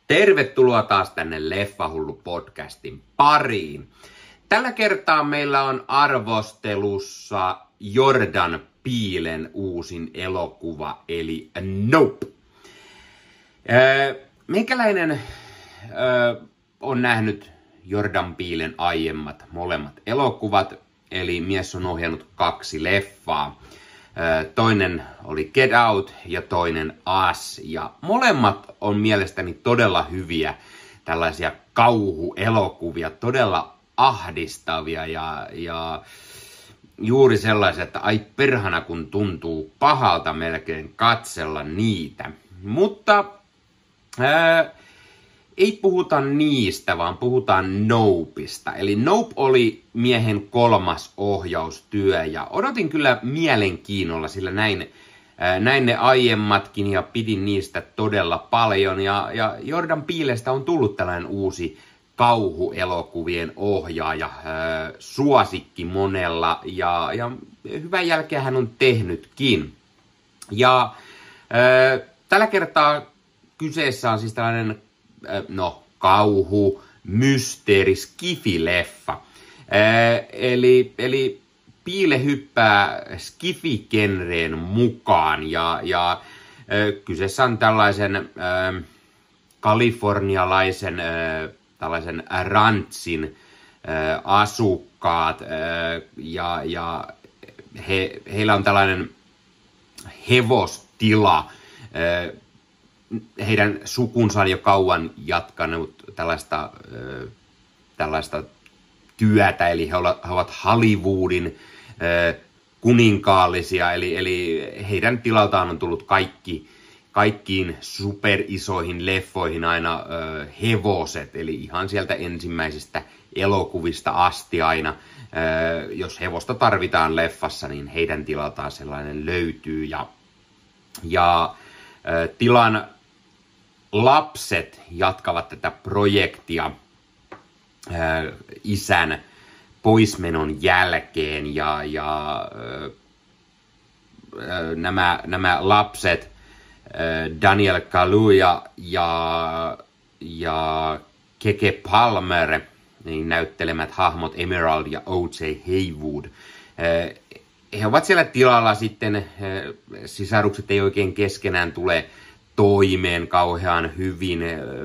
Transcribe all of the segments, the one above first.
Tervetuloa taas tänne Leffahullu-podcastin pariin. Tällä kertaa meillä on arvostelussa Jordan Peelen uusin elokuva, eli Nope. Meikäläinen on nähnyt Jordan Peelen aiemmat molemmat elokuvat, eli mies on ohjannut 2 leffaa. Toinen oli Get Out ja toinen Us, ja molemmat on mielestäni todella hyviä tällaisia kauhuelokuvia, todella ahdistavia ja juuri sellaisia, että ai perhana kun tuntuu pahalta melkein katsella niitä. Mutta ei puhuta niistä, vaan puhutaan Nopeista. Eli Nope oli miehen 3. ohjaustyö ja odotin kyllä mielenkiinnolla, sillä näin ne aiemmatkin ja pidin niistä todella paljon. Ja Jordan Peelestä on tullut tällainen uusi kauhuelokuvien ohjaaja, suosikki monella ja hyvän jälkeen hän on tehnytkin. Ja tällä kertaa kyseessä on siis tällainen kauhu, mysteeri, skifi-leffa. Eli Peele hyppää skifi-genreen mukaan ja kyseessä on tällaisen kalifornialaisen tällaisen rantsin asukkaat ja heillä on tällainen hevostila. Heidän sukunsa on jo kauan jatkanut tällaista työtä, eli he ovat Hollywoodin kuninkaallisia, eli heidän tilaltaan on tullut kaikkiin superisoihin leffoihin aina hevoset, eli ihan sieltä ensimmäisistä elokuvista asti aina. Jos hevosta tarvitaan leffassa, niin heidän tilaltaan sellainen löytyy. Ja tilan lapset jatkavat tätä projektia isän poismenon jälkeen ja nämä lapset, Daniel Kaluuya ja Keke Palmer, niin näyttelemät hahmot Emerald ja O.J. Haywood, he ovat siellä tilalla sitten, sisarukset ei oikein keskenään tule toimeen kauhean hyvin.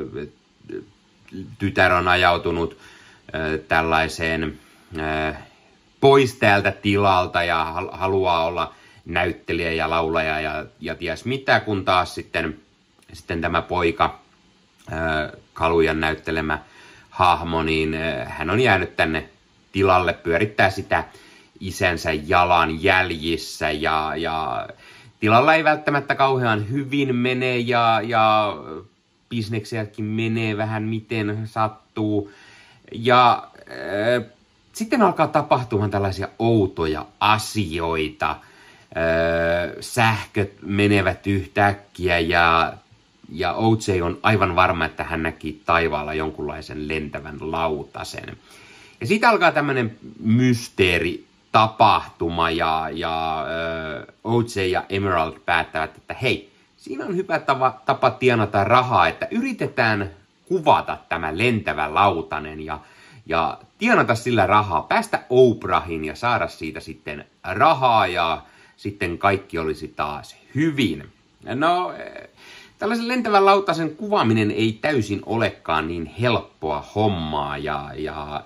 Tytär on ajautunut tällaiseen pois täältä tilalta ja haluaa olla näyttelijä ja laulaja ja ties mitä, kun taas sitten tämä poika, Kaluuyan näyttelemä hahmo, niin hän on jäänyt tänne tilalle, pyörittää sitä isänsä jalan jäljissä ja tilalla ei välttämättä kauhean hyvin mene ja bisneksiäkin menee vähän miten sattuu. Ja sitten alkaa tapahtumaan tällaisia outoja asioita. Sähköt menevät yhtäkkiä ja O.J. on aivan varma, että hän näki taivaalla jonkunlaisen lentävän lautasen. Ja siitä alkaa tämmöinen mysteeritapahtuma ja O.J. ja Emerald päättävät, että hei, siinä on hyvä tapa tienata rahaa, että yritetään kuvata tämä lentävä lautanen ja tienata sillä rahaa, päästä Oprahin ja saada siitä sitten rahaa ja sitten kaikki olisi taas hyvin. No, tällaisen lentävän lautasen kuvaaminen ei täysin olekaan niin helppoa hommaa ja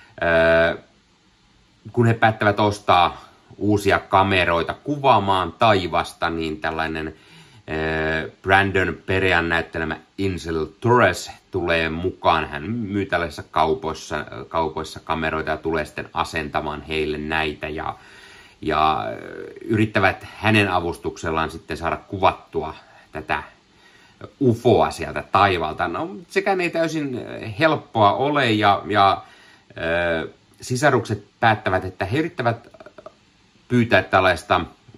kun he päättävät ostaa uusia kameroita kuvaamaan taivasta, niin tällainen Brandon Perean näyttelemä Insel Torres tulee mukaan. Hän myy tällaisissa kaupoissa kameroita ja tulee sitten asentamaan heille näitä ja yrittävät hänen avustuksellaan sitten saada kuvattua tätä ufoa sieltä taivalta. No, sekään ei täysin helppoa ole ja sisarukset päättävät, että he yrittävät pyytää tällaista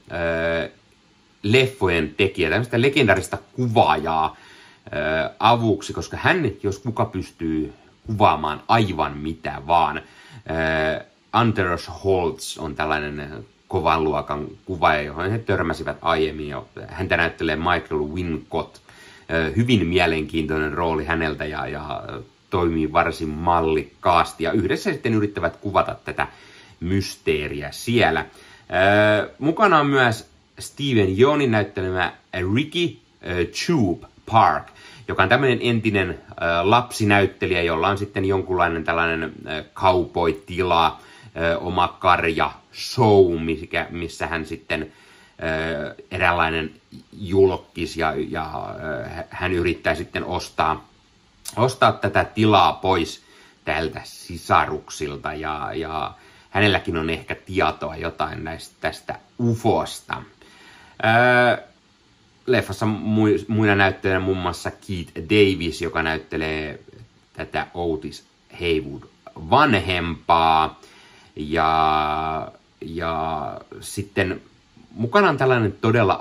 leffojen tekijää, tämmöistä legendarista kuvaajaa avuksi, koska hän, jos kuka, pystyy kuvaamaan aivan mitä vaan. Anders Holtz on tällainen kovan luokan kuvaaja, johon he törmäsivät aiemmin jo. Häntä näyttelee Michael Wincott hyvin mielenkiintoinen rooli häneltä ja toimii varsin mallikkaasti. Ja yhdessä sitten yrittävät kuvata tätä mysteeriä siellä. Mukana on myös Steven Yeonin näyttelemä Ricky Tube Park, joka on tämmöinen entinen lapsinäyttelijä, jolla on sitten jonkunlainen tällainen cowboy-tila, oma karja, show, missä hän sitten eräänlainen julkis ja hän yrittää sitten ostaa tätä tilaa pois tältä sisaruksilta ja hänelläkin on ehkä tietoa jotain tästä UFOsta. Leffassa muina näyttelijöinä muun muassa Keith Davis, joka näyttelee tätä Otis Haywood vanhempaa. Ja sitten mukana on tällainen todella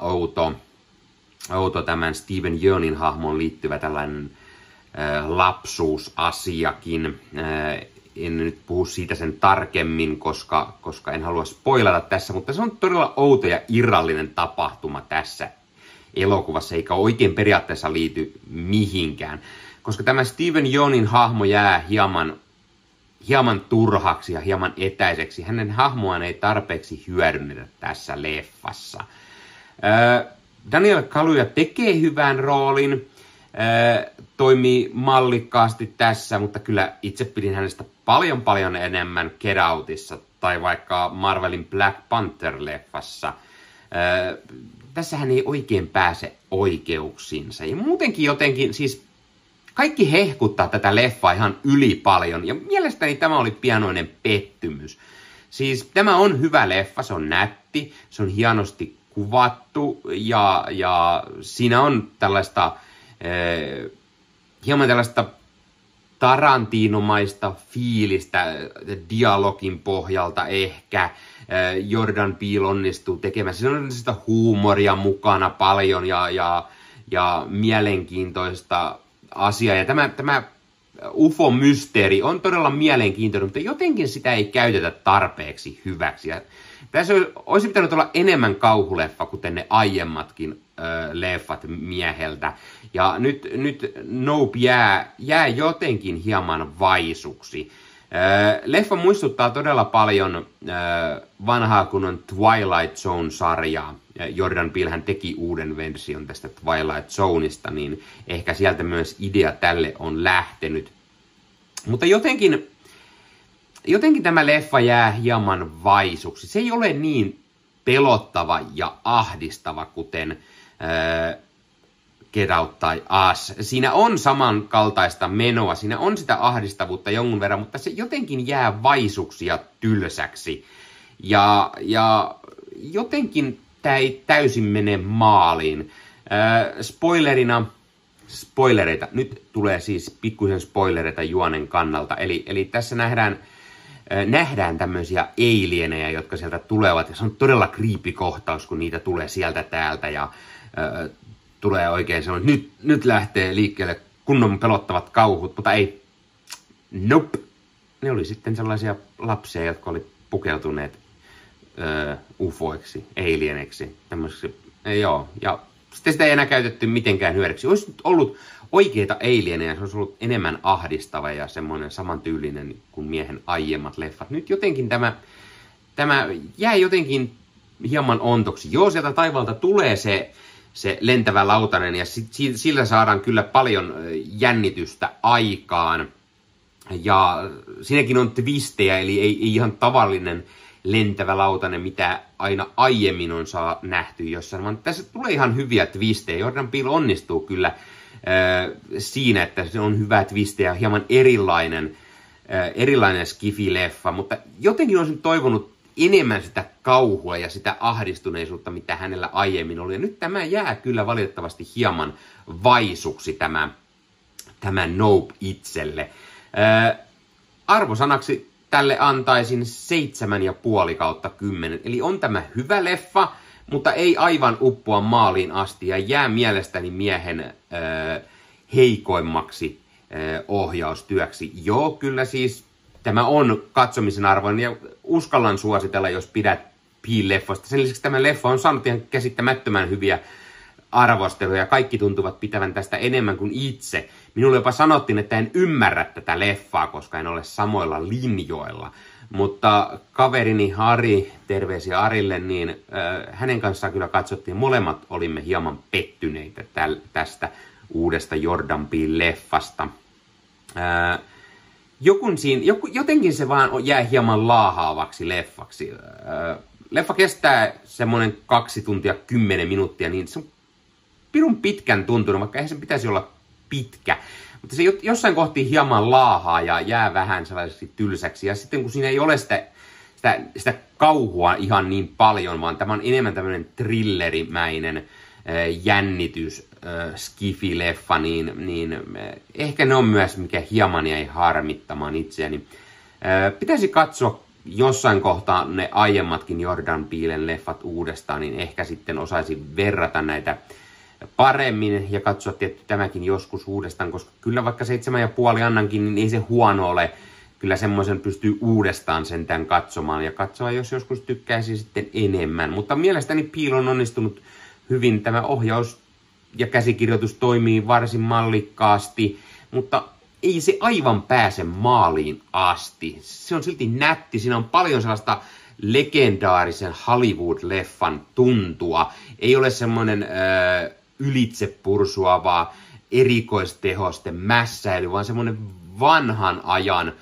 outo tämän Steven Yeonin hahmoon liittyvä tällainen lapsuusasiakin. En nyt puhu siitä sen tarkemmin, koska en halua spoilata tässä, mutta se on todella outo ja irrallinen tapahtuma tässä elokuvassa, eikä oikein periaatteessa liity mihinkään. Koska tämä Steven Yeonin hahmo jää hieman turhaksi ja hieman etäiseksi. Hänen hahmoaan ei tarpeeksi hyödynnetä tässä leffassa. Daniel Kaluuya tekee hyvän roolin, toimii mallikkaasti tässä, mutta kyllä itse pidin hänestä paljon enemmän Get Outissa tai vaikka Marvelin Black Panther-leffassa. Tässä hän ei oikein pääse oikeuksiinsa. Ja muutenkin jotenkin, siis kaikki hehkuttaa tätä leffaa ihan yli paljon, ja mielestäni tämä oli pienoinen pettymys. Siis tämä on hyvä leffa, se on nätti, se on hienosti kuvattu, ja siinä on tällaista, hieman tällaista Tarantinomaista fiilistä dialogin pohjalta ehkä. Jordan Peele onnistuu tekemään. Siinä on sitä huumoria mukana paljon ja mielenkiintoista asiaa. Ja tämä UFO-mysteeri on todella mielenkiintoinen, mutta jotenkin sitä ei käytetä tarpeeksi hyväksi. Ja tässä olisi pitänyt olla enemmän kauhuleffa, kuten ne aiemmatkin leffat mieheltä. Ja nyt Nope jää jotenkin hieman vaisuksi. Leffa muistuttaa todella paljon vanhaa kunnon Twilight Zone-sarjaa. Jordan Peele hän teki uuden version tästä Twilight Zoneista, niin ehkä sieltä myös idea tälle on lähtenyt. Mutta jotenkin tämä leffa jää hieman vaisuksi. Se ei ole niin pelottava ja ahdistava kuten Get Out tai Us. Siinä on samankaltaista menoa, siinä on sitä ahdistavuutta jonkun verran, mutta se jotenkin jää vaisuksi ja tylsäksi. Ja jotenkin tämä ei täysin mene maaliin. Spoilereita. Nyt tulee siis pikkuisen spoilereita juonen kannalta. Eli tässä nähdään tämmöisiä alieneja, jotka sieltä tulevat. Ja se on todella creepy kohtaus, kun niitä tulee sieltä täältä ja tulee oikein sellainen, että nyt lähtee liikkeelle kunnon pelottavat kauhut, mutta ei. Nope. Ne oli sitten sellaisia lapsia, jotka oli pukeutuneet ufoiksi, alieneiksi. Joo. Ja sitten sitä ei enää käytetty mitenkään hyödyksi. Olisi ollut oikeita alieneja, se olisi ollut enemmän ahdistava ja semmoinen samantyylinen kuin miehen aiemmat leffat. Nyt jotenkin tämä jää jotenkin hieman ontoksi. Joo, sieltä taivaalta tulee se lentävä lautanen ja sillä saadaan kyllä paljon jännitystä aikaan. Ja siinäkin on twistejä, eli ei ihan tavallinen lentävä lautanen, mitä aina aiemmin on nähty jossain, vaan tässä tulee ihan hyviä twistejä. Jordan Peele onnistuu kyllä siinä, että se on hyvä twistejä, hieman erilainen skifi-leffa, mutta jotenkin olisin toivonut enemmän sitä kauhua ja sitä ahdistuneisuutta, mitä hänellä aiemmin oli. Ja nyt tämä jää kyllä valitettavasti hieman vaisuksi tämä Nope itselle. Arvosanaksi tälle antaisin 7,5/10. Eli on tämä hyvä leffa, mutta ei aivan uppoa maaliin asti ja jää mielestäni miehen heikoimmaksi ohjaustyöksi. Joo, kyllä siis tämä on katsomisen arvoinen ja uskallan suositella, jos pidät Peele-leffoista. Sen lisäksi tämä leffa on saanut ihan käsittämättömän hyviä arvosteluja. Kaikki tuntuvat pitävän tästä enemmän kuin itse. Minulle jopa sanottiin, että en ymmärrä tätä leffaa, koska en ole samoilla linjoilla. Mutta kaverini Ari, terveisiä Arille, niin hänen kanssaan kyllä katsottiin. Molemmat olimme hieman pettyneitä tästä uudesta Jordan Peele-leffasta. Jotenkin se vaan jää hieman laahaavaksi leffaksi. Leffa kestää semmoinen 2 tuntia 10 minuuttia, niin se on pirun pitkän tuntunut, vaikka eihän se pitäisi olla pitkä. Mutta se jossain kohti hieman laahaa ja jää vähän sellaiseksi tylsäksi. Ja sitten kun siinä ei ole sitä kauhua ihan niin paljon, vaan tämä on enemmän tämmöinen thrillerimäinen jännitys, skifi-leffa, niin ehkä ne on myös, mikä hieman jäi harmittamaan itseäni. Pitäisi katsoa jossain kohtaa ne aiemmatkin Jordan Peelen leffat uudestaan, niin ehkä sitten osaisi verrata näitä paremmin ja katsoa tietty tämäkin joskus uudestaan, koska kyllä vaikka 7,5 annankin, niin ei se huono ole. Kyllä semmoisen pystyy uudestaan sentään katsomaan ja katsoa, jos joskus tykkäisi sitten enemmän. Mutta mielestäni Peele on onnistunut hyvin. Tämä ohjaus ja käsikirjoitus toimii varsin mallikkaasti, mutta ei se aivan pääse maaliin asti. Se on silti nätti. Siinä on paljon sellaista legendaarisen Hollywood-leffan tuntua. Ei ole semmoinen ylitsepursuava erikoistehosten mässäily, vaan semmoinen vanhan ajan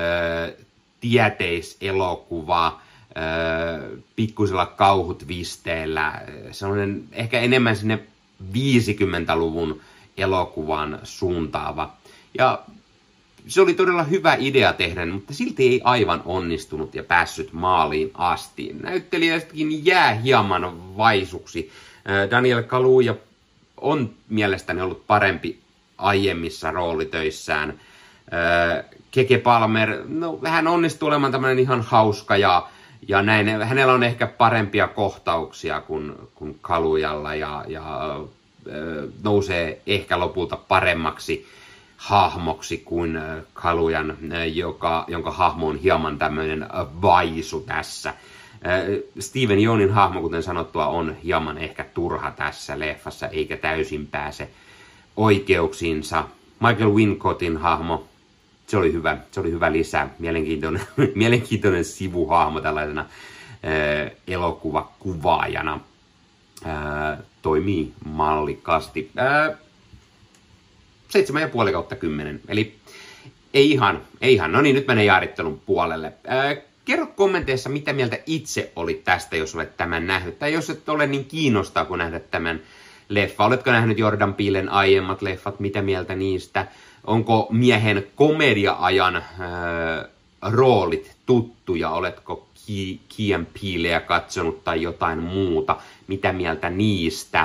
tieteiselokuva pikkuisella kauhutvisteellä. Semmoinen ehkä enemmän sinne 50-luvun elokuvan suuntaava. Ja se oli todella hyvä idea tehdä, mutta silti ei aivan onnistunut ja päässyt maaliin asti. Näyttelijästäkin jää hieman vaisuksi. Daniel Kaluuya on mielestäni ollut parempi aiemmissa roolitöissään. Keke Palmer, no hän onnistuu olemaan tämmöinen ihan hauska ja näin. Hänellä on ehkä parempia kohtauksia kuin Kaluyalla ja nousee ehkä lopulta paremmaksi hahmoksi kuin Kaluuyan, jonka hahmo on hieman tämmöinen vaisu tässä. Steven Yeunin hahmo, kuten sanottua, on hieman ehkä turha tässä leffassa, eikä täysin pääse oikeuksiinsa. Michael Wincottin hahmo, se oli hyvä lisä, mielenkiintoinen sivuhahmo tällaisena elokuvakuvaajana. Toimii mallikkaasti. 7,5/10, eli ei ihan. No niin, nyt menee jaarittelun puolelle. Kerro kommenteissa, mitä mieltä itse olit tästä, jos olet tämän nähnyt. Tai jos et ole niin kiinnostaa, kun nähdä tämän leffa. Oletko nähnyt Jordan Peelen aiemmat leffat, mitä mieltä niistä? Onko miehen komedia-ajan roolit tuttuja? Oletko Key and Peeleä katsonut tai jotain muuta? Mitä mieltä niistä?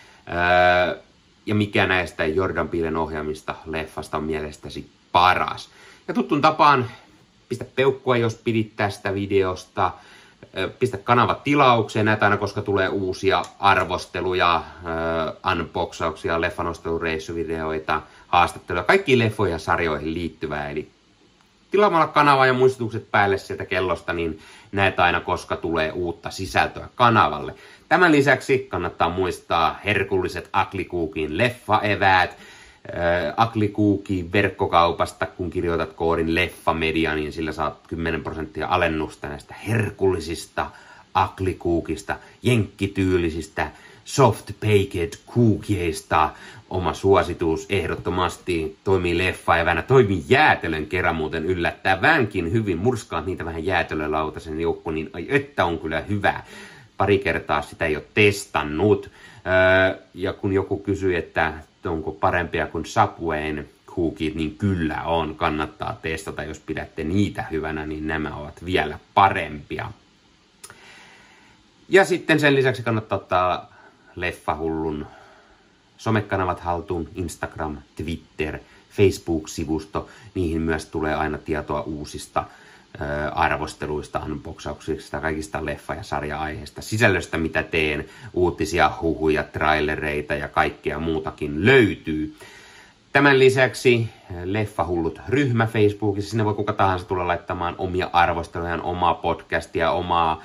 Ja mikä näistä Jordan Peelen ohjaamista leffasta on mielestäsi paras? Ja tuttuun tapaan pistä peukkua, jos pidit tästä videosta. Pistä kanava tilaukseen, näitä aina koska tulee uusia arvosteluja, unboxauksia, leffanostelureissuvideoita, haastatteluja, kaikkiin leffoihin ja sarjoihin liittyvää. Eli tilaamalla kanava ja muistutukset päälle sieltä kellosta, niin näet aina koska tulee uutta sisältöä kanavalle. Tämän lisäksi kannattaa muistaa herkulliset Ugly Cookien leffaeväät. Ugly Cookie verkkokaupasta, kun kirjoitat koodin leffamedia, niin sillä saat 10% alennusta näistä herkullisista Ugly Cookista, jenkkityylisistä soft baked cookieista. Oma suositus ehdottomasti toimii leffaevänä, toimii jäätelön kerran muuten yllättävänkin hyvin. Murskaat niitä vähän jäätelölautasen joukkoon, niin ai että on kyllä hyvä. Pari kertaa sitä ei ole testannut. Ja kun joku kysyy, että onko parempia kuin Subwayn cookiet, niin kyllä on. Kannattaa testata, jos pidätte niitä hyvänä, niin nämä ovat vielä parempia. Ja sitten sen lisäksi kannattaa ottaa Leffahullun somekanavat haltuun, Instagram, Twitter, Facebook-sivusto. Niihin myös tulee aina tietoa uusista arvosteluista, unboxauksista, kaikista leffa- ja sarja-aiheista, sisällöstä, mitä teen, uutisia, huhuja, trailereita ja kaikkea muutakin löytyy. Tämän lisäksi Leffahullut ryhmä Facebookissa, sinne voi kuka tahansa tulla laittamaan omia arvostelujaan, omaa podcastia, omaa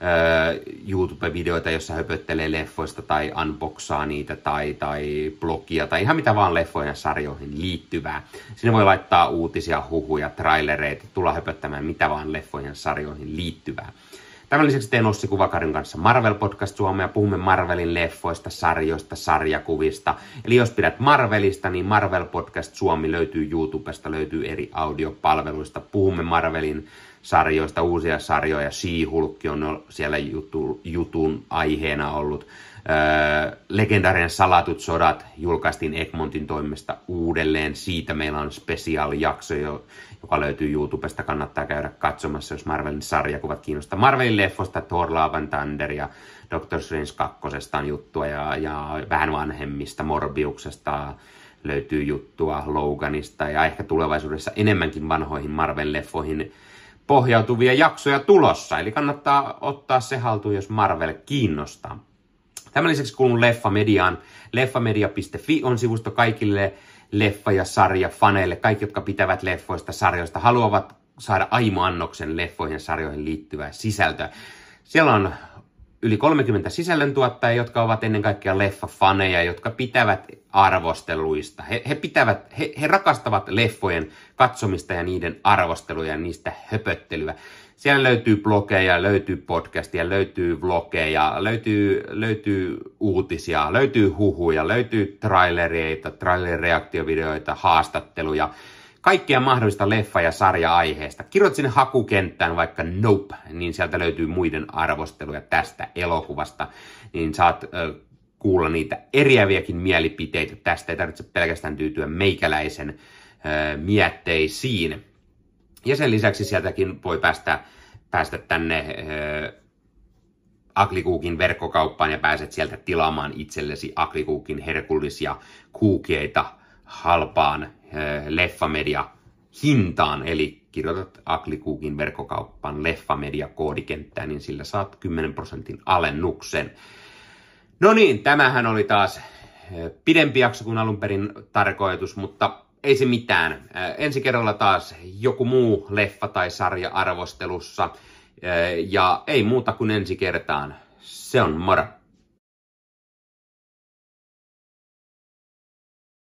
YouTube-videoita, jossa höpöttelee leffoista tai unboxaa niitä tai blogia tai ihan mitä vaan leffojen ja sarjoihin liittyvää. Sinne voi laittaa uutisia, huhuja, trailereita, tulla höpöttämään mitä vaan leffojen ja sarjoihin liittyvää. Tämän lisäksi teen Ossi Kuvakarin kanssa Marvel-podcast Suomea. Puhumme Marvelin leffoista, sarjoista, sarjakuvista. Eli jos pidät Marvelista, niin Marvel Podcast Suomi löytyy YouTubesta, löytyy eri audiopalveluista. Puhumme Marvelin sarjoista, uusia sarjoja. She-Hulk on siellä jutun aiheena ollut. Legendaarinen Salatut sodat julkaistiin Egmontin toimesta uudelleen. Siitä meillä on special-jakso, joka löytyy YouTubesta. Kannattaa käydä katsomassa, jos Marvelin sarjakuvat kiinnostaa. Marvelin leffosta Thor Love and Thunder ja Doctor Strange 2 on juttua ja vähän vanhemmista Morbiuksesta löytyy juttua, Loganista ja ehkä tulevaisuudessa enemmänkin vanhoihin Marvel-leffoihin pohjautuvia jaksoja tulossa. Eli kannattaa ottaa se haltuun, jos Marvel kiinnostaa. Tämän lisäksi kuulun Leffamediaan. Leffamedia.fi on sivusto kaikille leffa- ja sarjafaneille. Kaikki, jotka pitävät leffoista, sarjoista, haluavat saada aimoannoksen leffoihin ja sarjoihin liittyvää sisältöä. Siellä on yli 30 sisällöntuottajia, jotka ovat ennen kaikkea leffafaneja, jotka pitävät arvosteluista. He rakastavat leffojen katsomista ja niiden arvosteluja ja niistä höpöttelyä. Siellä löytyy blogeja, löytyy podcastia, löytyy vlogeja, löytyy uutisia, löytyy huhuja, löytyy trailereita, trailer-reaktiovideoita, haastatteluja. Kaikkea mahdollista leffa- ja sarja-aiheesta. Kirjoit sinne hakukenttään vaikka Nope, niin sieltä löytyy muiden arvosteluja tästä elokuvasta. Niin saat kuulla niitä eriäviäkin mielipiteitä tästä. Ei tarvitse pelkästään tyytyä meikäläisen mietteisiin. Ja sen lisäksi sieltäkin voi päästä tänne Ugly Cookin verkkokauppaan ja pääset sieltä tilaamaan itsellesi Ugly Cookin herkullisia kuukieita halpaan Leffamedia hintaan. Eli kirjoitat Ugly Cookin verkkokauppaan Leffamedia-koodikenttään, niin sillä saat 10% alennuksen. No niin, tämähän oli taas pidempi jakso kuin alun perin tarkoitus, mutta ei se mitään. Ensi kerralla taas joku muu leffa tai sarja arvostelussa. Ja ei muuta kuin ensi kertaan. Se on moro.